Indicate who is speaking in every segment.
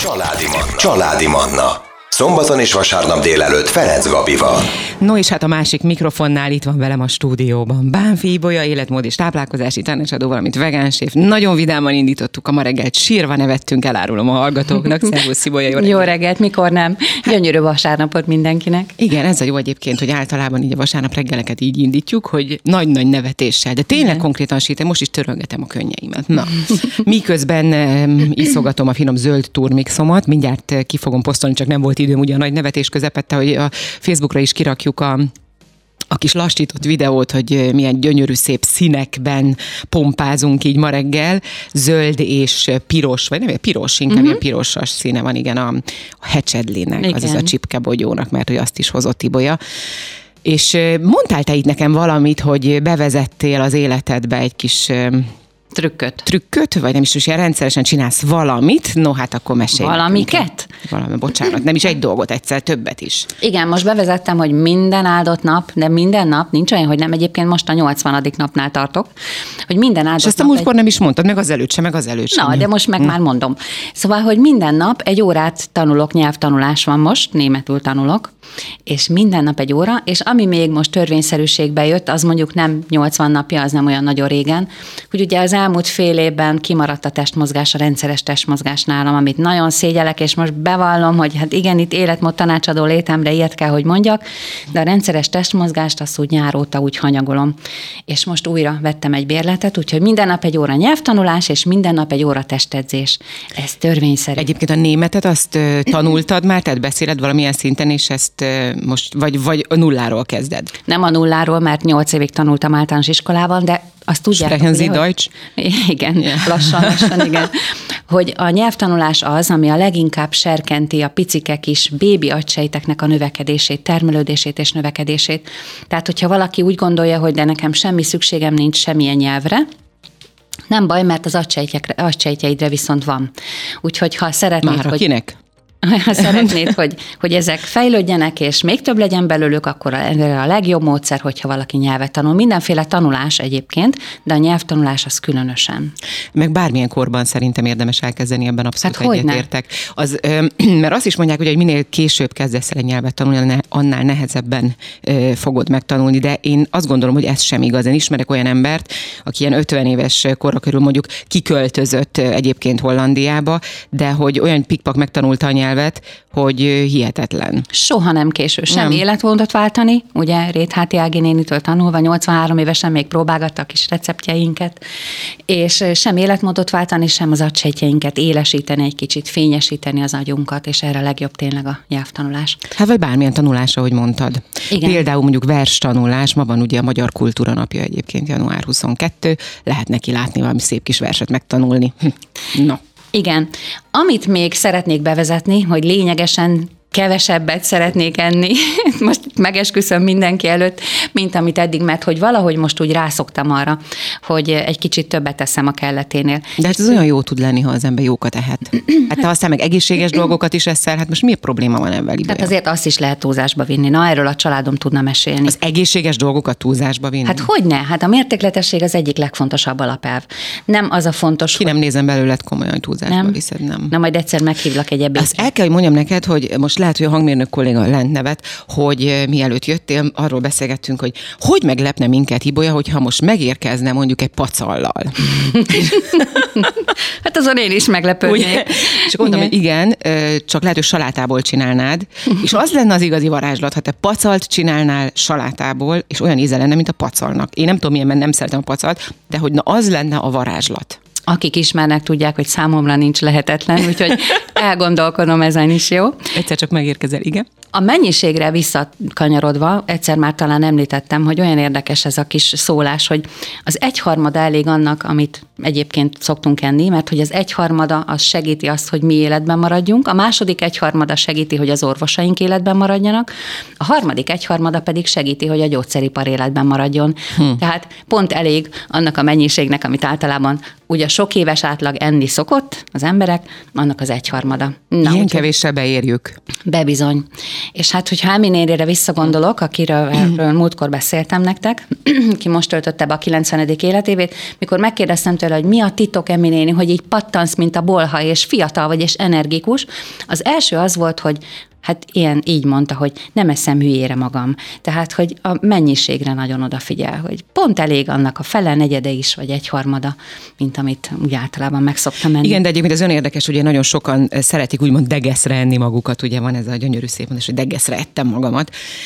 Speaker 1: Családi Manna. Szombaton és vasárnap délelőtt Ferenc Gabival.
Speaker 2: No és hát a másik mikrofonnál itt van velem a stúdióban Bánfi Ibolya, életmód és táplálkozási tanácsadó, valamint vegánséf. Nagyon vidáman indítottuk a ma reggelt, sírva nevettünk, elárulom a hallgatóknak. Szervusz Ibolya, jó reggelt!
Speaker 3: Jó reggelt, mikor nem? Gyönyörű vasárnapot mindenkinek.
Speaker 2: Igen, ez a jó egyébként, hogy általában így a vasárnap reggeleket így indítjuk, hogy nagy-nagy nevetéssel, de tényleg konkrétan sítem, most is törölgetem a könnyeimet. Na, miközben iszogatom a finom zöld turmixomat, mindjárt ki fogom posztolni, csak nem volt időm ugye a nagy nevetés közepette, hogy a Facebookra is kirakjuk a kis lassított videót, hogy milyen gyönyörű szép színekben pompázunk így ma reggel. Zöld és piros, vagy nem piros, inkább ilyen pirosas színe van, igen, a hecsedlinek, azaz a csipkebogyónak, mert hogy azt is hozott Ibolya. És mondtál te itt nekem valamit, hogy bevezettél az életedbe egy kis... Trükköt, vagy nem is ilyen rendszeresen csinálsz valamit, no hát akkor mesélj.
Speaker 3: Valamiket?
Speaker 2: Bocsánat, nem is egy dolgot, egyszer többet is.
Speaker 3: Igen, most bevezettem, hogy minden áldott nap, de minden nap, nincs olyan, hogy nem, egyébként most a 80. napnál tartok, hogy minden áldott nap...
Speaker 2: És ezt a múltkor nem is mondtad, meg az előtt sem.
Speaker 3: Na, de most meg már mondom. Szóval, hogy minden nap egy órát tanulok, nyelvtanulás van most, németül tanulok, és minden nap egy óra, és ami még most törvényszerűségbe jött, az mondjuk nem 80 napja, az nem olyan nagyon régen, hogy ugye az elmúlt fél évben kimaradt a testmozgás, a rendszeres testmozgás nálam, amit nagyon szégyellek, és most bevallom, hogy hát igen, itt életmód tanácsadó létemre ilyet kell, hogy mondjak, de a rendszeres testmozgást azt úgy nyár óta úgy hanyagolom. És most újra vettem egy bérletet, úgyhogy minden nap egy óra nyelvtanulás, és minden nap egy óra testedzés. Ez törvényszerű.
Speaker 2: Egyébként a németet azt tanultad már, tehát beszéled valamilyen szinten, és ezt most, vagy a nulláról kezded?
Speaker 3: Nem a nulláról, mert 8 évig tanultam általános iskolában, de azt tudjátok,
Speaker 2: Sprechen Sie Deutsch?
Speaker 3: Igen, yeah. lassan, igen. Hogy a nyelvtanulás az, ami a leginkább serkenti a picike kis bébi agysejteknek a növekedését, termelődését és növekedését. Tehát, hogyha valaki úgy gondolja, hogy de nekem semmi szükségem nincs semmilyen nyelvre, nem baj, mert az agysejtjeidre viszont van. Úgyhogy ha szeretnéd,
Speaker 2: már akinek?
Speaker 3: Ha szeretnéd, hogy ezek fejlődjenek, és még több legyen belőlük, akkor a legjobb módszer, hogyha valaki nyelvet tanul. Mindenféle tanulás egyébként, de a nyelvtanulás az különösen.
Speaker 2: Meg bármilyen korban szerintem érdemes elkezdeni, ebben abszolút
Speaker 3: hát
Speaker 2: egyetértek. Mert azt is mondják, hogy minél később kezdesz el egy nyelvet tanulni, annál nehezebben fogod megtanulni, de én azt gondolom, hogy ez sem igaz. Én ismerek olyan embert, aki ilyen 50 éves korra körül mondjuk kiköltözött egyébként Hollandiába, de hogy olyan pikpak megtanulta a nyelvet, hogy hihetetlen.
Speaker 3: Soha nem késő sem életmódot váltani, ugye Rétháti Ági nénitől tanulva, 83 évesen még próbálgattak kis receptjeinket, és sem életmódot váltani, sem az agysejtjeinket élesíteni egy kicsit, fényesíteni az agyunkat, és erre legjobb tényleg a nyelvtanulás.
Speaker 2: Hát vagy bármilyen tanulás, ahogy mondtad. Igen. Például mondjuk verstanulás, ma van ugye a Magyar Kultúra Napja egyébként, január 22, lehet neki látni valami szép kis verset megtanulni. No.
Speaker 3: Igen. Amit még szeretnék bevezetni, hogy lényegesen kevesebbet szeretnék enni, most megesküszöm mindenki előtt, mint amit eddig, mert hogy valahogy most úgy rászoktam arra, hogy egy kicsit többet teszem a kelleténél.
Speaker 2: De hát ez olyan jó tud lenni, ha az ember jókat ehet. Hát te aztán meg egészséges dolgokat is eszel, hát most mi probléma van ebben?
Speaker 3: Hát azért azt is lehet túlzásba vinni. Na, erről a családom tudna mesélni.
Speaker 2: Az egészséges dolgokat túlzásba vinni?
Speaker 3: Hát hogyne? Hát a mértékletesség az egyik legfontosabb alapelv. Nem az a fontos,
Speaker 2: ki nem nézem belőled komolyan, hogy túlzásba viszed, nem.
Speaker 3: Na, majd egyszer meghívlak egy ebédre.
Speaker 2: Azt el kell, hogy mondjam neked, hogy most lehet, hogy a hangmérnök kolléga lent nevet, hogy mielőtt jöttél, arról beszélgettünk, hogy meglepne minket Ibolya, hogyha most megérkezne mondjuk egy pacallal.
Speaker 3: Hát azon én is meglepődnék.
Speaker 2: Ugye? És mondtam, hogy igen, csak lehet, hogy salátából csinálnád, és az lenne az igazi varázslat, ha te pacalt csinálnál salátából, és olyan íze lenne, mint a pacalnak. Én nem tudom milyen, mert nem szeretem a pacalt, de hogy na az lenne a varázslat.
Speaker 3: Akik ismernek, tudják, hogy számomra nincs lehetetlen, úgyhogy elgondolkodom ezen is, jó?
Speaker 2: Egyszer csak megérkezel, igen.
Speaker 3: A mennyiségre visszakanyarodva, egyszer már talán említettem, hogy olyan érdekes ez a kis szólás, hogy az 1/3 elég annak, amit egyébként szoktunk enni, mert hogy az 1/3 az segíti azt, hogy mi életben maradjunk, a második 1/3 segíti, hogy az orvosaink életben maradjanak, a harmadik 1/3 pedig segíti, hogy a gyógyszeripar életben maradjon. Tehát pont elég annak a mennyiségnek, amit általában ugye sok éves átlag enni szokott az emberek, annak az 1/3 egyharmada.
Speaker 2: Ilyen kevéssel beérjük.
Speaker 3: Bebizony. És hát, hogyha Emi nénire visszagondolok, akiről múltkor beszéltem nektek, ki most töltötte be a 90. életévét, mikor megkérdeztem tőle, hogy mi a titok, Emi néni, hogy így pattansz, mint a bolha, és fiatal vagy, és energikus, az első az volt, hogy hát így mondta, hogy nem eszem hülyére magam. Tehát, hogy a mennyiségre nagyon odafigyel, hogy pont elég annak a fele, negyede is, vagy egyharmada, mint amit úgy általában meg szoktam menni.
Speaker 2: Igen, de egyébként az olyan érdekes, ugye nagyon sokan szeretik úgymond degeszre enni magukat, ugye van ez a gyönyörű szép mondás, hogy degeszre ettem magamat.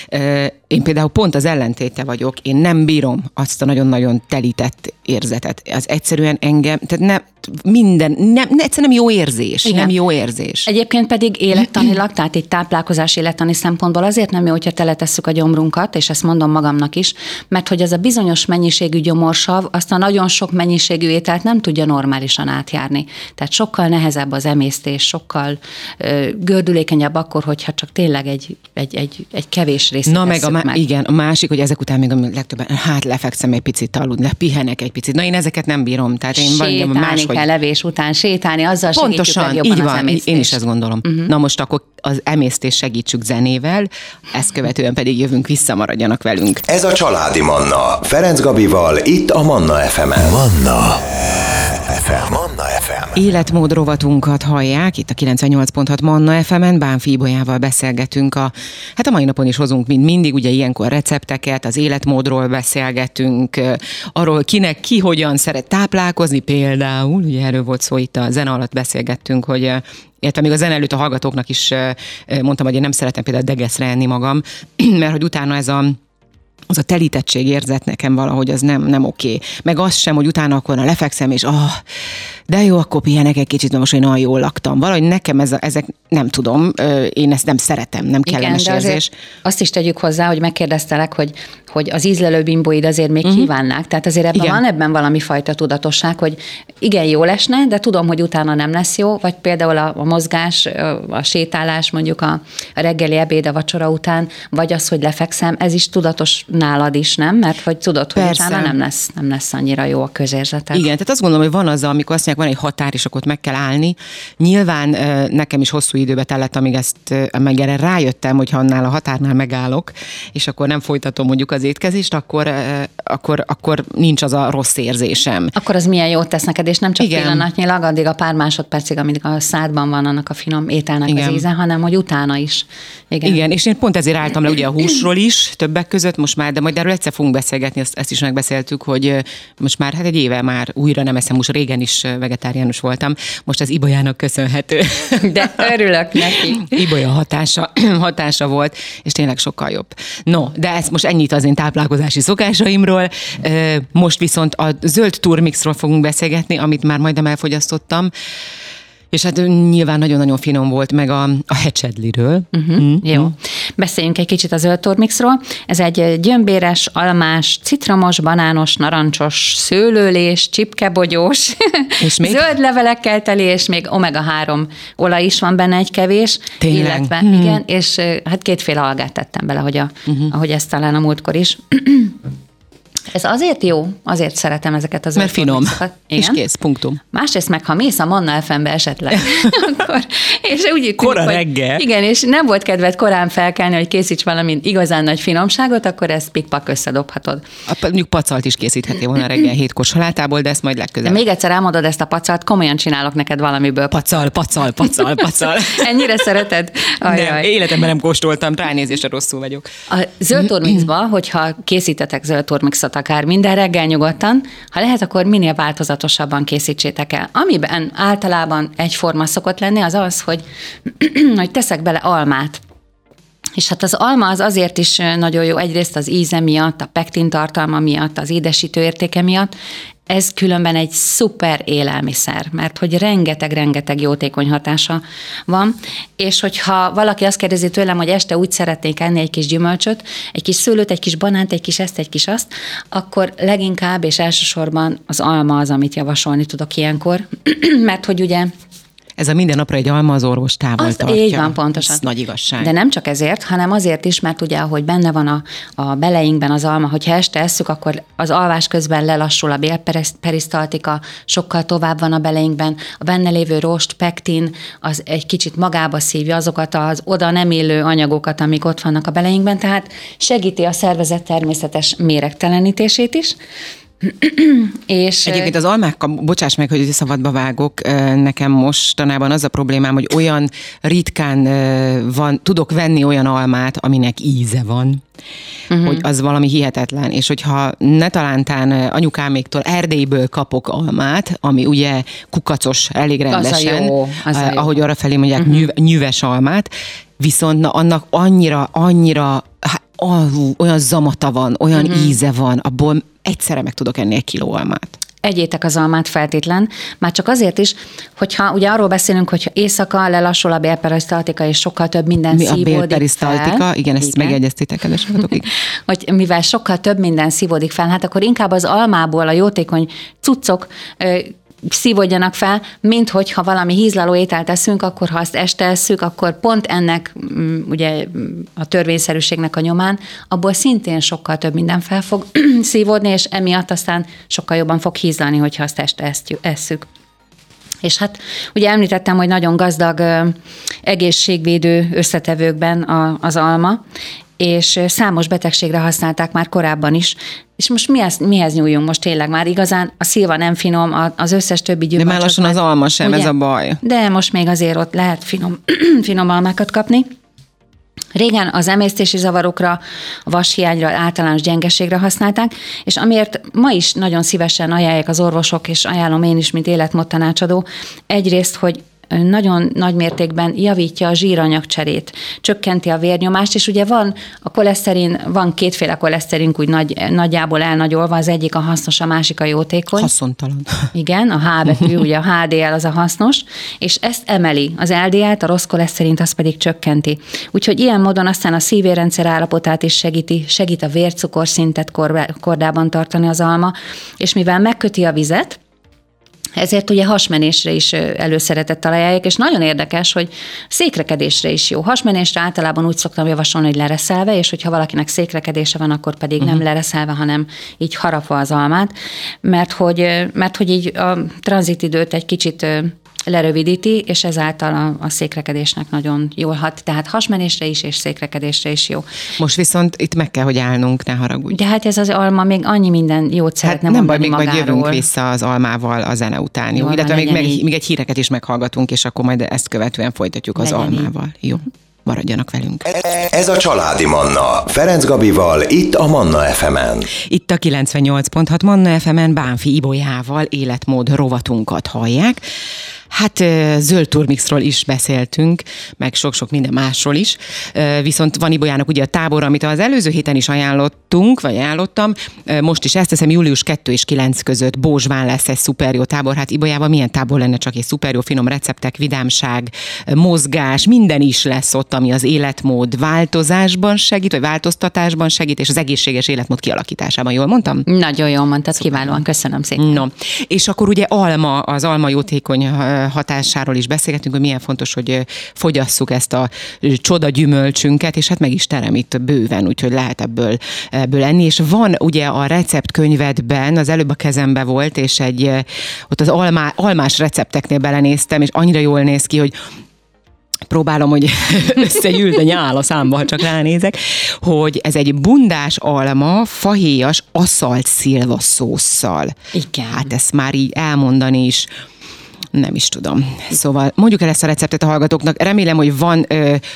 Speaker 2: Én például pont az ellentéte vagyok, én nem bírom azt a nagyon-nagyon telített érzetet. Az egyszerűen engem, tehát egyszerűen nem jó érzés. Igen. Nem jó érzés.
Speaker 3: Egyébként pedig élettanilag, tehát itt táplálkozás élettani szempontból azért nem jó, hogyha teletesszük a gyomrunkat, és ezt mondom magamnak is, mert hogy az a bizonyos mennyiségű gyomorsav azt a nagyon sok mennyiségű ételt nem tudja normálisan átjárni. Tehát sokkal nehezebb az emésztés, sokkal gördülékenyebb akkor, hogyha csak tényleg egy kevés részt tesszük meg.
Speaker 2: Igen, a másik, hogy ezek után még a legtöbben, lefekszem egy picit aludni, pihenek egy picit. Na én ezeket nem bírom. Tehát én
Speaker 3: máshogy kell levés után sétálni, azzal segítjük legjobban
Speaker 2: így van,
Speaker 3: az emésztést.
Speaker 2: Én is ezt gondolom. Na most akkor az emésztést segítsük zenével, ezt követően pedig jövünk vissza, maradjanak velünk.
Speaker 1: Ez a Családi Manna. Ferenc Gabival, itt a Manna FM-en. Manna FM. Manna FM.
Speaker 2: Életmód rovatunkat hallják, itt a 98.6 Manna FM-en, Bánfi Ibolyával beszélgetünk. A mai napon is hozunk, mint mindig, ugye ilyenkor recepteket, az életmódról beszélgetünk, arról ki hogyan szeret táplálkozni például, ugye erről volt szó itt a zene alatt beszélgettünk, hogy illetve még a zene előtt a hallgatóknak is mondtam, hogy én nem szeretem például degeszre enni magam, mert hogy utána az a telítettség érzet nekem valahogy az nem oké. Meg az sem, hogy utána akkor lefekszem, és de jó, akkor pihenek egy kicsit, mert most én olyan jól laktam. Valahogy nekem ezek nem tudom, én ezt nem szeretem, nem kellemes érzés.
Speaker 3: Azt is tegyük hozzá, hogy megkérdeztelek, hogy az ízlelő bimbóid azért még kívánnák. Tehát azért van ebben valami fajta tudatosság, hogy igen, jó lesne, de tudom, hogy utána nem lesz jó, vagy például a mozgás, a sétálás mondjuk a reggeli ebéd, a vacsora után, vagy az, hogy lefekszem, ez is tudatos nálad is, nem? Mert hogy tudod, hogy utána nem lesz annyira jó a közérzeted.
Speaker 2: Igen, tehát azt gondolom, hogy van az, amikor azt mondják, van egy határ, és akkor ott meg kell állni. Nyilván nekem is hosszú időbe tellett, amíg meg erre rájöttem, hogy ha annál a határnál megállok, és akkor nem folytatom mondjuk az étkezést, akkor nincs az a rossz érzésem.
Speaker 3: Akkor az milyen jót tesz neked, és nem csak pillanatnyilag, addig a pár másodpercig, amíg a szádban van annak a finom ételnek az íze, hanem hogy utána is.
Speaker 2: Igen, és én pont ezért álltam le ugye a húsról is, többek között most már, de majd erről egyszer fogunk beszélgetni, ezt is megbeszéltük, hogy most már egy éve már újra nem eszem, most régen is vegetáriánus voltam, most az Ibolyának köszönhető.
Speaker 3: De örülök neki.
Speaker 2: Ibolya hatása volt, és tényleg sokkal jobb. No, de ez most ennyit az én táplálkozási szokásaimról. Most viszont a zöld turmixról fogunk beszélgetni, amit már majdnem elfogyasztottam. És hát nyilván nagyon-nagyon finom volt, meg a hecsedliről.
Speaker 3: Jó. Beszéljünk egy kicsit a zöld turmixról. Ez egy gyömbéres, almás, citromos, banános, narancsos, szőlőlés, csipkebogyós, és még? Zöld levelekkel teli, és még omega-3 olaj is van benne egy kevés.
Speaker 2: Tényleg?
Speaker 3: Illetve, igen, és hát kétféle algát tettem bele, ahogy ezt talán a múltkor is. Ez azért jó, azért szeretem ezeket az
Speaker 2: mert finom, és kész, punktum.
Speaker 3: Másrészt meg, ha mész a Manna FM-be esetleg, akkor, és úgy itt
Speaker 2: kora reggel.
Speaker 3: Igen, és nem volt kedved korán felkelni, hogy készíts valami igazán nagy finomságot, akkor ezt pikpak összedobhatod.
Speaker 2: Mondjuk pacalt is készíthetél volna reggel 7 salátából, de ezt majd legközelebb.
Speaker 3: De még egyszer elmondod ezt a pacalt, komolyan csinálok neked valamiből.
Speaker 2: Pacal.
Speaker 3: Ennyire szereted?
Speaker 2: Nem, életemben nem kóstoltam, ránézésre rosszul vagyok.
Speaker 3: A zöld turmixba, hogyha készítetek zöld turmixot, akár minden reggel nyugodtan, ha lehet, akkor minél változatosabban készítsétek el. Amiben általában egyforma szokott lenni, az az, hogy teszek bele almát. És hát az alma az azért is nagyon jó, egyrészt az íze miatt, a pektin tartalma miatt, az édesítő értéke miatt. Ez különben egy szuper élelmiszer, mert hogy rengeteg jótékony hatása van, és hogyha valaki azt kérdezi tőlem, hogy este úgy szeretnék enni egy kis gyümölcsöt, egy kis szőlőt, egy kis banánt, egy kis ezt, egy kis azt, akkor leginkább és elsősorban az alma az, amit javasolni tudok ilyenkor, mert hogy ugye
Speaker 2: Ez a minden napra egy alma az orvos távol tartja.
Speaker 3: Így van, pontosan.
Speaker 2: Ez nagy igazság.
Speaker 3: De nem csak ezért, hanem azért is, mert ugye, ahogy benne van a beleinkben az alma, hogyha este esszük, akkor az alvás közben lelassul a bélperisztaltika, sokkal tovább van a beleinkben, a benne lévő rost, pektin, az egy kicsit magába szívja azokat az oda nem illő anyagokat, amik ott vannak a beleinkben, tehát segíti a szervezet természetes méregtelenítését is. És
Speaker 2: egyébként az almákkal, bocsáss meg, hogy szabadba vágok, nekem mostanában az a problémám, hogy olyan ritkán tudok venni olyan almát, aminek íze van, hogy az valami hihetetlen, és hogyha ne talántán anyukáméktól Erdélyből kapok almát, ami ugye kukacos, elég rendesen, ahogy arrafelé mondják, nyüves almát, viszont annak annyira olyan zamata van, olyan íze van, abból egyszerre meg tudok enni 1 kiló almát.
Speaker 3: Egyétek az almát feltétlen, már csak azért is, hogyha ugye arról beszélünk, hogy éjszaka lelassul a bélperisztaltika, és sokkal több minden szívódik fel.
Speaker 2: A bélperisztaltika, igen, ezt megjegyeztétek, kedves hallgatók.
Speaker 3: Hogy mivel sokkal több minden szívódik fel, hát akkor inkább az almából a jótékony cuccok szívódjanak fel, mint hogyha valami hízlaló ételt eszünk, akkor ha azt este esszük, akkor pont ennek ugye a törvényszerűségnek a nyomán, abból szintén sokkal több minden fel fog szívódni, és emiatt aztán sokkal jobban fog hízlalni, hogyha azt este esszük. És hát ugye említettem, hogy nagyon gazdag egészségvédő összetevőkben az alma, és számos betegségre használták már korábban is. És most mihez nyúljunk most tényleg? Már igazán a szilva nem finom, az összes többi gyümölcs.
Speaker 2: De már lassan az alma sem, ugye? Ez a baj.
Speaker 3: De most még azért ott lehet finom almákat kapni. Régen az emésztési zavarokra, a vashiányra, általános gyengeségre használták, és amiért ma is nagyon szívesen ajánlják az orvosok, és ajánlom én is, mint életmódtanácsadó, egyrészt, hogy nagyon nagy mértékben javítja a zsíranyagcserét, csökkenti a vérnyomást, és ugye van a koleszterin, van 2 koleszterink úgy nagyjából elnagyolva, az egyik a hasznos, a másik a jótékony.
Speaker 2: Haszontalan.
Speaker 3: Igen, a H betű, ugye a HDL az a hasznos, és ezt emeli, az LDL-t, a rossz koleszterint, azt pedig csökkenti. Úgyhogy ilyen módon aztán a szívérrendszer állapotát is segít a vércukorszintet kordában tartani az alma, és mivel megköti a vizet, ezért ugye hasmenésre is előszeretettel ajánlják, és nagyon érdekes, hogy székrekedésre is jó. Hasmenésre általában úgy szoktam javasolni, hogy lereszelve, és hogyha valakinek székrekedése van, akkor pedig nem lereszelve, hanem így harapva az almát, mert hogy így a tranzitidőt egy kicsit lerövidíti, és ezáltal a székrekedésnek nagyon jól hat. Tehát hasmenésre is, és székrekedésre is jó.
Speaker 2: Most viszont itt meg kell, hogy állnunk, ne haragudj.
Speaker 3: De hát ez az alma még annyi minden jót szeretne mondani magáról. Nem baj,
Speaker 2: még majd jövünk vissza az almával a zene után. Jó? Illetve még egy híreket is meghallgatunk, és akkor majd ezt követően folytatjuk az almával. Jó? Maradjanak velünk.
Speaker 1: Ez a Családi Manna. Ferenc Gabival, itt a Manna FM-en.
Speaker 2: Itt a 98.6 Manna FM-en Bánfi Ibolyával életmód rovatunkat hallják. Hát zöld turmixról is beszéltünk, meg sok-sok minden másról is, viszont van Ibolyának ugye a tábor, amit az előző héten is ajánlottam, most is ezt teszem, július 2 és 9 között Bózsván lesz egy szuper jó tábor. Hát Ibolyában milyen tábor lenne, csak egy szuper jó finom receptek, vidámság, mozgás, minden is lesz ott, ami az életmód változásban segít, vagy változtatásban segít, és az egészséges életmód kialakításában. Jól mondtam?
Speaker 3: Nagyon jól mondtad, kiválóan, köszönöm szépen.
Speaker 2: No. És akkor ugye az alma jótékony hatásáról is beszélgetünk, hogy milyen fontos, hogy fogyasszuk ezt a csoda gyümölcsünket, és hát meg is terem itt bőven, úgyhogy lehet ebből enni. És van ugye a receptkönyvedben, az előbb a kezembe volt, és ott az almás recepteknél belenéztem, és annyira jól néz ki, hogy próbálom, hogy összegyűl, de nyál a számba, ha csak ránézek, hogy ez egy bundás alma, fahéjas, aszalt szilva szósszal.
Speaker 3: Igen.
Speaker 2: Hát ezt már így elmondani is nem is tudom. Szóval mondjuk el ezt a receptet a hallgatóknak. Remélem, hogy van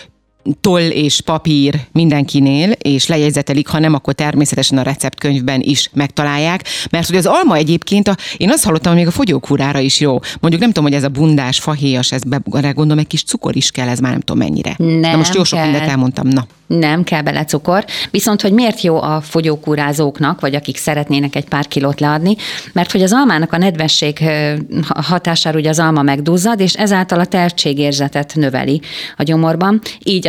Speaker 2: toll és papír mindenkinél, és lejegyzetelik, ha nem, akkor természetesen a receptkönyvben is megtalálják, mert hogy az alma egyébként, én azt hallottam, hogy még a fogyókúrára is jó. Mondjuk nem tudom, hogy ez a bundás, fahéjas, ez gondolom egy kis cukor is kell, ez már nem tudom mennyire. Na most jó sok mindent elmondtam, na.
Speaker 3: Nem kell bele cukor, viszont hogy miért jó a fogyókúrázóknak, vagy akik szeretnének egy pár kilót leadni, mert hogy az almának a nedvesség hatására ugye az alma megduzzad, és ezáltal a tertségérzetet növeli a gyomorban, így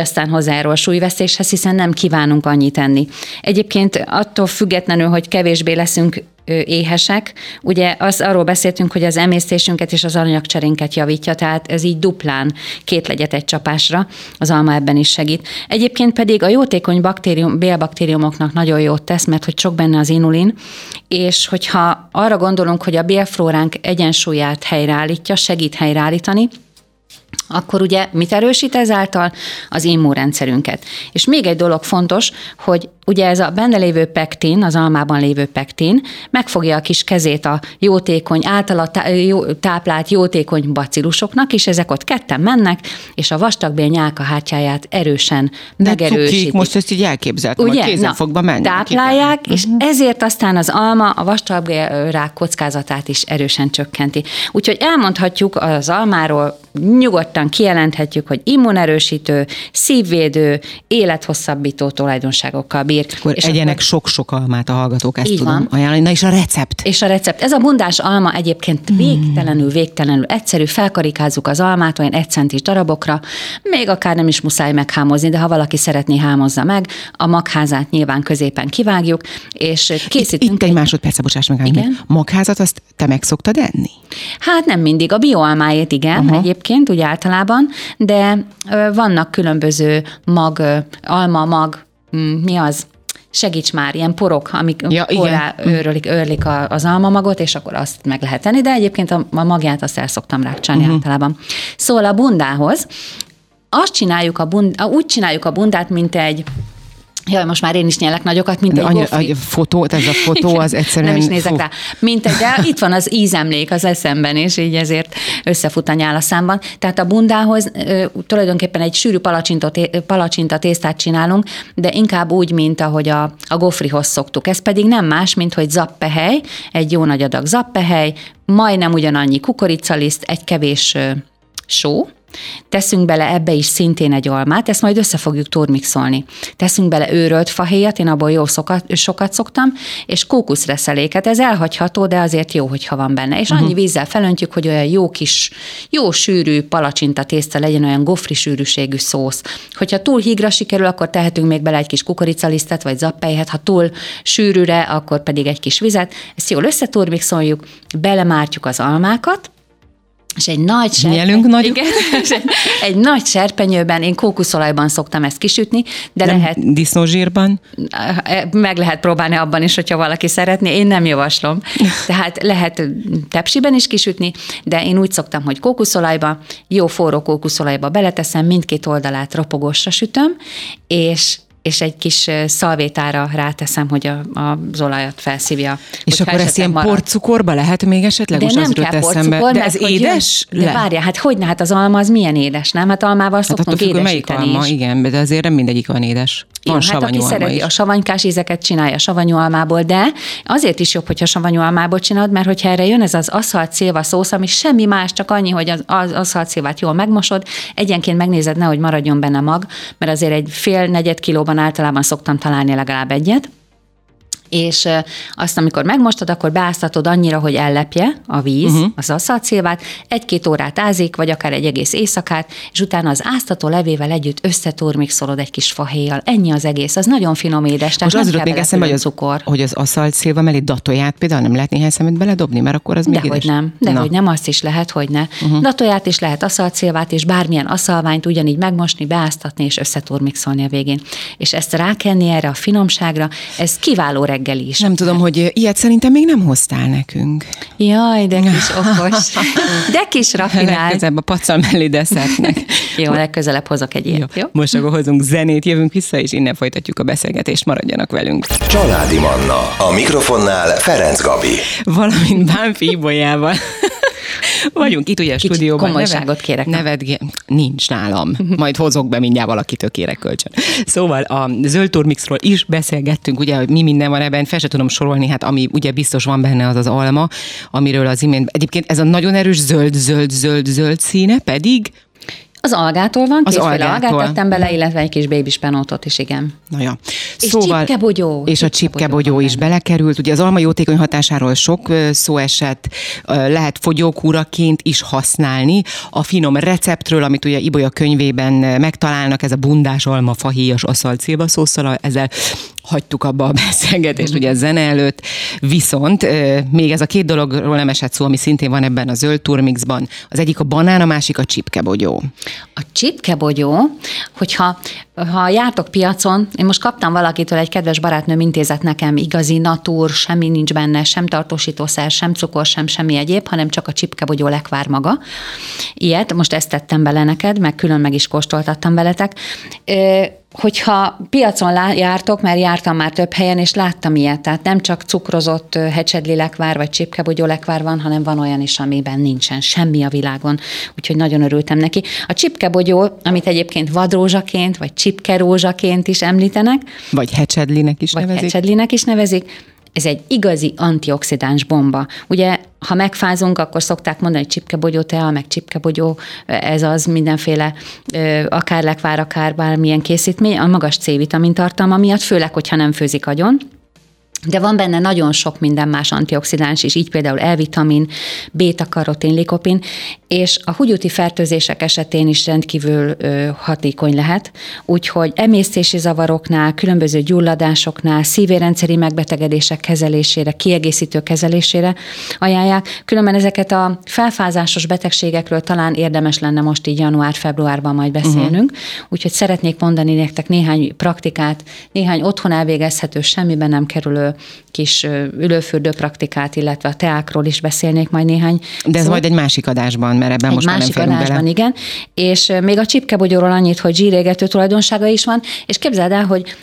Speaker 3: aztán hozzájárul a súlyvesztéshez, hiszen nem kívánunk annyit enni. Egyébként attól függetlenül, hogy kevésbé leszünk éhesek, ugye arról beszéltünk, hogy az emésztésünket és az anyagcserénket javítja, tehát ez így duplán 2 legyet egy csapásra, az alma ebben is segít. Egyébként pedig a jótékony bélbaktériumoknak nagyon jót tesz, mert hogy sok benne az inulin, és hogyha arra gondolunk, hogy a bélflóránk egyensúlyát helyreállítja, segít helyreállítani, akkor ugye mit erősít ezáltal? Az immunrendszerünket. És még egy dolog fontos, hogy ugye ez a benne lévő pektin, az almában lévő pektin megfogja a kis kezét a jótékony, általa táplált jótékony bacillusoknak, és ezek ott ketten mennek, és a vastagbél nyálkahártyáját erősen megerősítik.
Speaker 2: Most ezt így elképzeltem, hogy kézenfogba mennek.
Speaker 3: Táplálják, és ezért aztán az alma a vastagbélrák kockázatát is erősen csökkenti. Úgyhogy elmondhatjuk az almáról, nyugodtan kijelenthetjük, hogy immunerősítő, szívvédő, élethosszabbító tulajdonságokkal bír.
Speaker 2: Akkor egyenek sok-sok almát a hallgatók, ezt tudom ajánlani. Na és a recept?
Speaker 3: És a recept. Ez a bundás alma egyébként végtelenül egyszerű. Felkarikázzuk az almát olyan 1 centis darabokra, még akár nem is muszáj meghámozni, de ha valaki szeretné, hámozza meg. A magházát nyilván középen kivágjuk, és készítünk.
Speaker 2: Itt egy másodperc, bocsáss meg. Magházat azt te meg szoktad enni?
Speaker 3: Hát nem mindig. A bioalmáét igen, egyébként, úgy általában, de vannak különböző alma-mag, mi az? Segíts már, ilyen porok, amik porrá őrlik az almamagot, és akkor azt meg lehet tenni, de egyébként a magját azt el szoktam rákcsálni általában. Szóval a bundához úgy csináljuk a bundát, mint egy most már én is nyelek nagyokat, mint egy gofri.
Speaker 2: Ez a fotó az egyszerűen...
Speaker 3: Nem is nézek rá. De itt van az ízemlék az eszemben, és így ezért összefut a nyál a számban. Tehát a bundához tulajdonképpen egy sűrű palacsinta tésztát csinálunk, de inkább úgy, mint ahogy a gofrihoz szoktuk. Ez pedig nem más, mint hogy zappehely, egy jó nagy adag zappehely, majdnem ugyanannyi kukoricaliszt, egy kevés só, teszünk bele ebbe is szintén egy almát, ezt majd össze fogjuk turmixolni. Teszünk bele őrölt fahéjat, én abból sokat szoktam, és kókuszreszeléket, ez elhagyható, de azért jó, hogyha van benne. És annyi vízzel felöntjük, hogy olyan jó sűrű palacsinta tészta legyen, olyan gofri sűrűségű szósz. Hogyha túl hígra sikerül, akkor tehetünk még bele egy kis kukoricalisztet, vagy zappelyhet, ha túl sűrűre, akkor pedig egy kis vizet. Ezt jól összeturmixoljuk, belemártjuk az almákat, és egy nagy serpenyőben, én kókuszolajban szoktam ezt kisütni, de
Speaker 2: nem
Speaker 3: lehet...
Speaker 2: disznózsírban?
Speaker 3: Meg lehet próbálni abban is, hogyha valaki szeretné, én nem javaslom. Tehát lehet tepsiben is kisütni, de én úgy szoktam, hogy kókuszolajba, jó forró kókuszolajba beleteszem, mindkét oldalát ropogósra sütöm, és egy kis szalvétára ráteszem, hogy az olajat felszívja.
Speaker 2: És akkor ezt ilyen porcukorba lehet még esetleg?
Speaker 3: De
Speaker 2: most
Speaker 3: nem kell porcukor,
Speaker 2: de ez édes?
Speaker 3: De várjál, hát hogyne, hát az alma az milyen édes, nem? Hát almával szoktunk édesíteni
Speaker 2: is. Igen, de azért nem mindegyik van édes. Van savanyú
Speaker 3: aki szereti
Speaker 2: is.
Speaker 3: A savanykás ízeket csinálja savanyú almából, de azért is jobb, hogyha savanyú almából csinálod, mert hogyha erre jön ez az aszalt szilva szósz, ami semmi más, csak annyi, hogy az aszalt szilvát jól megmosod, egyenként megnézed, nehogy maradjon benne mag, mert azért egy fél-negyed kilóban általában szoktam találni legalább egyet, és azt, amikor megmostad, akkor beáztatod annyira, hogy ellepje a víz, az aszaltszilvát, 1-2 órát ázik, vagy akár egy egész éjszakát, és utána az áztató levével együtt összeturmixolod egy kis fahéjjal. Ennyi az egész, az nagyon finom édes, tehát
Speaker 2: most
Speaker 3: nem
Speaker 2: az
Speaker 3: kell
Speaker 2: még eszembe, hogy az aszaltszilva mellé datóját például nem lehet néhány szemet beledobni, mert akkor az még édes.
Speaker 3: Dehogy nem, azt is lehet, hogy ne. Datóját is lehet, aszaltszilvát, és bármilyen aszalványt ugyanígy megmosni, beáztatni, és összeturmixolni a végén. És ezt rákenni erre a finomságra, ez kiváló reggeli is.
Speaker 2: Nem tudom, hogy ilyet szerintem még nem hoztál nekünk.
Speaker 3: Jaj, de kis okos. De kis rafinált.
Speaker 2: Legközelebb a pacal mellé desszertnek.
Speaker 3: Jó, legközelebb hozok egy ilyet. Jó?
Speaker 2: Most akkor hozunk zenét, jövünk vissza, és innen folytatjuk a beszélgetést, maradjanak velünk.
Speaker 1: Családi Manna. A mikrofonnál Ferenc Gabi.
Speaker 2: Valamint Bánfi Ibolyával. Vagyunk itt ugye a stúdióban.
Speaker 3: Komolyságot kérek.
Speaker 2: Nincs nálam. Majd hozok be mindjárt valakitől kérek kölcsön. Szóval a zöld turmixról is beszélgettünk, ugye, hogy mi minden van ebben, fel se tudom sorolni, hát ami ugye biztos van benne az alma, amiről az imént, egyébként ez a nagyon erős zöld színe pedig
Speaker 3: Az algától van, kétféle algát tettem bele, illetve egy kis babyspenótot is, igen.
Speaker 2: Na ja.
Speaker 3: És csipkebogyó.
Speaker 2: És a csipkebogyó is belekerült. Ugye az alma jótékony hatásáról sok szó esett, lehet fogyókúraként is használni. A finom receptről, amit ugye Ibolya könyvében megtalálnak, ez a bundás alma fahéjas aszalt szilvaszósszal, ezzel hagytuk abba a beszélgetést, ugye a zene előtt. Viszont még ez a két dologról nem esett szó, ami szintén van ebben a zöld turmixban. Az egyik a banán, a másik a csipkebogyó.
Speaker 3: A csipkebogyó, hogyha jártok piacon, én most kaptam valakitől, egy kedves barátnőm intézett nekem igazi natúr, semmi nincs benne, sem tartósítószer, sem cukor, sem semmi egyéb, hanem csak a csipkebogyó lekvár maga. Ilyet, most ezt tettem bele neked, meg külön meg is kóstoltattam veletek. Hogyha piacon jártok, mert jártam már több helyen, és láttam ilyet, tehát nem csak cukrozott hecsedli lekvár, vagy csipkebogyó lekvár van, hanem van olyan is, amiben nincsen semmi a világon, úgyhogy nagyon örültem neki. A csipkebogyó, amit egyébként vadrózsaként, vagy csipkerózsaként is említenek.
Speaker 2: Vagy hecsedlinek is nevezik.
Speaker 3: Ez egy igazi antioxidáns bomba. Ugye, ha megfázunk, akkor szokták mondani, hogy csipkebogyó tea, meg csipkebogyó, ez az mindenféle, akár lekvár, akár bármilyen készítmény, a magas C-vitamin tartalma miatt, főleg, hogyha nem főzik agyon. De van benne nagyon sok minden más antioxidáns is, így például E-vitamin, béta-karotin, likopin, és a húgyúti fertőzések esetén is rendkívül hatékony lehet, úgyhogy emésztési zavaroknál, különböző gyulladásoknál, szívérendszeri megbetegedések kezelésére, kiegészítő kezelésére ajánlják. Különben ezeket a felfázásos betegségekről talán érdemes lenne most így január-februárban majd beszélnünk, úgyhogy szeretnék mondani nektek néhány praktikát, néhány otthon elvégezhető, semmiben nem kerülő kis ülőfürdő praktikát, illetve a teákról is beszélnék majd néhány.
Speaker 2: De ez majd egy másik adásban, mert ebben most már nem férünk bele. Egy másik adásban,
Speaker 3: igen. És még a csipkebogyóról annyit, hogy zsírégető tulajdonsága is van, és képzeld el, hogy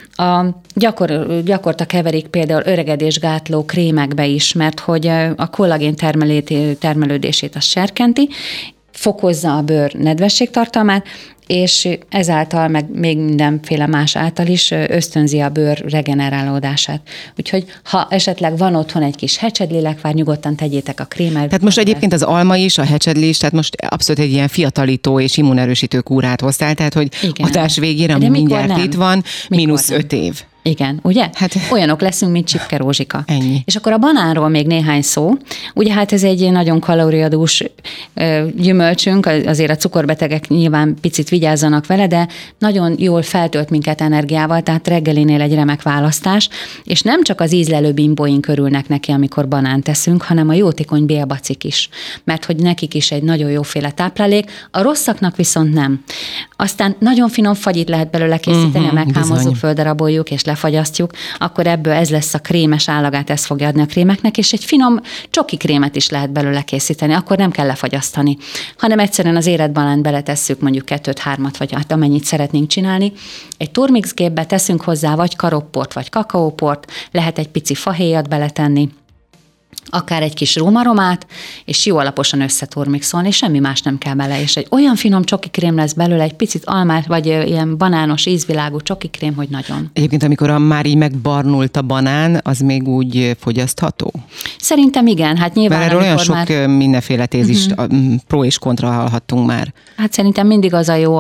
Speaker 3: gyakorta keverik például öregedésgátló krémekbe is, mert hogy a kollagén termelődését az serkenti, fokozza a bőr nedvességtartalmát, és ezáltal, meg még mindenféle más által is ösztönzi a bőr regenerálódását. Úgyhogy ha esetleg van otthon egy kis hecsedli lekvár, nyugodtan tegyétek a krémet.
Speaker 2: Tehát most egyébként az alma is, a hecsedli is, tehát most abszolút egy ilyen fiatalító és immunerősítő kúrát hoztál, tehát hogy adás végére, ami mindjárt itt van, -5 év.
Speaker 3: Igen, ugye? Hát olyanok leszünk, mint Csipke Rózsika.
Speaker 2: Ennyi.
Speaker 3: És akkor a banánról még néhány szó. Ugye hát ez egy nagyon kalóriadús gyümölcsünk, azért a cukorbetegek nyilván picit vigyázzanak vele, de nagyon jól feltölt minket energiával, tehát reggelinél egy remek választás, és nem csak az ízlelő bimbóink örülnek neki, amikor banánt teszünk, hanem a jótékony bélbacik is, mert hogy nekik is egy nagyon jóféle táplálék, a rosszaknak viszont nem. Aztán nagyon finom fagyit lehet belőle készíteni, meghámozzuk, földaraboljuk és lefagyasztjuk, akkor ebből ez lesz a krémes állagát, ez fogja adni a krémeknek, és egy finom csoki krémet is lehet belőle készíteni, akkor nem kell lefagyasztani, hanem egyszerűen az érett banánt beletesszük, mondjuk 2-3, vagy hát amennyit szeretnénk csinálni. Egy turmixgépbe teszünk hozzá vagy karopport, vagy kakaóport, lehet egy pici fahéjat beletenni, akár egy kis rómaromát, és jó alaposan összeturmixolni, és semmi más nem kell bele, és egy olyan finom csoki krém lesz belőle, egy picit almát, vagy ilyen banános ízvilágú csoki krém, hogy nagyon.
Speaker 2: Egyébként, amikor már így megbarnult a banán, az még úgy fogyasztható?
Speaker 3: Szerintem igen, hát nyilván.
Speaker 2: Mert erről olyan sok mindenféle tézis, pro és kontra hallhattunk már.
Speaker 3: Hát szerintem mindig az a jó,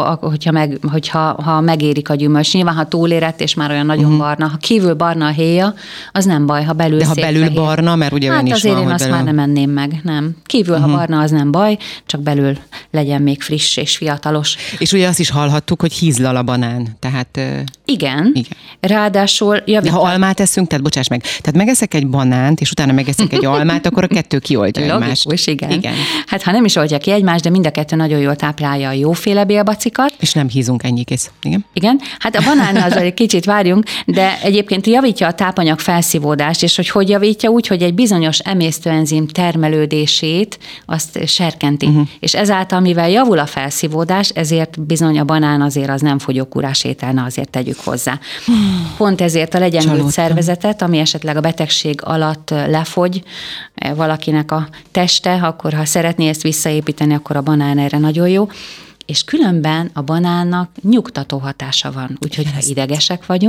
Speaker 3: hogyha megérik a gyümölcs. Nyilván, ha túlérett, és már olyan nagyon barna, ha kívül barna a héja, az nem baj, ha belül
Speaker 2: de ha belül fehér. Barna, mert ugye
Speaker 3: hát azért van, én azt már nem enném meg, nem. Kívül, ha barna, az nem baj, csak belül legyen még friss és fiatalos. És
Speaker 2: ugye azt is hallhattuk, hogy hízlal a banán, tehát...
Speaker 3: Igen. Ráadásul...
Speaker 2: De ha almát eszünk, tehát bocsáss meg, tehát megeszek egy banánt, és utána megeszek egy almát, akkor a kettő kioltja egymást.
Speaker 3: Logikus, igen. Hát ha nem is oldja ki egymást, de mind a kettő nagyon jól táplálja a jóféle bélbacikat.
Speaker 2: És nem hízunk, ennyi kész.
Speaker 3: Igen. Hát a banánnal egy kicsit várjunk, de egyébként javítja a tápanyag felszívódást, és hogy javítja úgy, hogy egy bizonyos emésztőenzim termelődését azt serkenti. És ezáltal, mivel javul a felszívódás, ezért bizony a banán azért az nem fogyókúrás étel, na azért tegyük hozzá. Pont ezért a legyengült szervezetet, ami esetleg a betegség alatt lefogy valakinek a teste, akkor ha szeretné ezt visszaépíteni, akkor a banán erre nagyon jó. És különben a banánnak nyugtató hatása van. Úgyhogy ha idegesek vagyunk,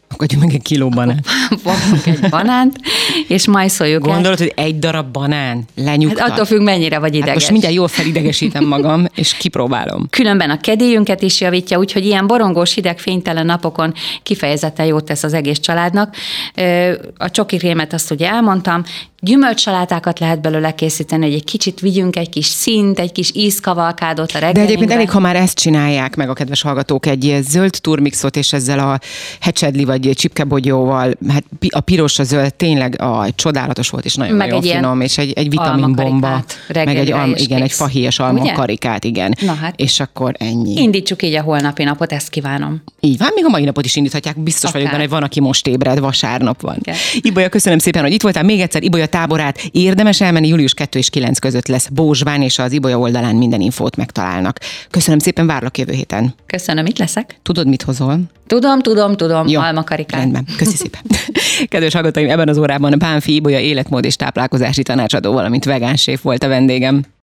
Speaker 2: Akkor adjuk meg egy kiló banán.
Speaker 3: Fogunk egy banánt, és majszoljuk el.
Speaker 2: Gondolod, hogy egy darab banán lenyugtat?
Speaker 3: Hát attól függ, mennyire vagy ideges.
Speaker 2: Hát most mindjárt jól felidegesítem magam, és kipróbálom.
Speaker 3: Különben a kedélyünket is javítja, úgyhogy ilyen borongós, hideg, fénytelen napokon kifejezetten jót tesz az egész családnak. A csokikrémet azt ugye elmondtam, gyümölcssalátákat lehet belőle készíteni, hogy egy kicsit vigyünk egy kis színt, egy kis ízkavalkádot a reggelünkbe.
Speaker 2: De egyébként elég, ha már ezt csinálják meg a kedves hallgatók, egy zöld turmixot, és ezzel a hecsedli vagy csipkebogyóval, hát a piros, a zöld tényleg csodálatos volt, és nagyon finom, és egy vitaminbomba, meg egy fahéjas almakarikát, igen.
Speaker 3: Na hát.
Speaker 2: És akkor ennyi.
Speaker 3: Indítsuk így a holnapi napot, ezt kívánom.
Speaker 2: Így van, még a mai napot is indíthatják, biztos vagyok benne, hogy van, aki most ébred, vasárnap van. Okay. Ibolya, köszönöm szépen, hogy itt voltál. Még egyszer Ibolya táborát érdemes elmenni, július 2 és 9 között lesz Bósbán, és az Ibolya oldalán minden infót megtalálnak. Köszönöm szépen, várlak jövő héten.
Speaker 3: Köszönöm, itt leszek.
Speaker 2: Tudod, mit hozol?
Speaker 3: Tudom, jó, almakarikát.
Speaker 2: Rendben, köszi szépen. Kedves hallgatóim, ebben az órában Bánfi Ibolya életmód és táplálkozási tanácsadó, valamint vegán séf volt a vendégem.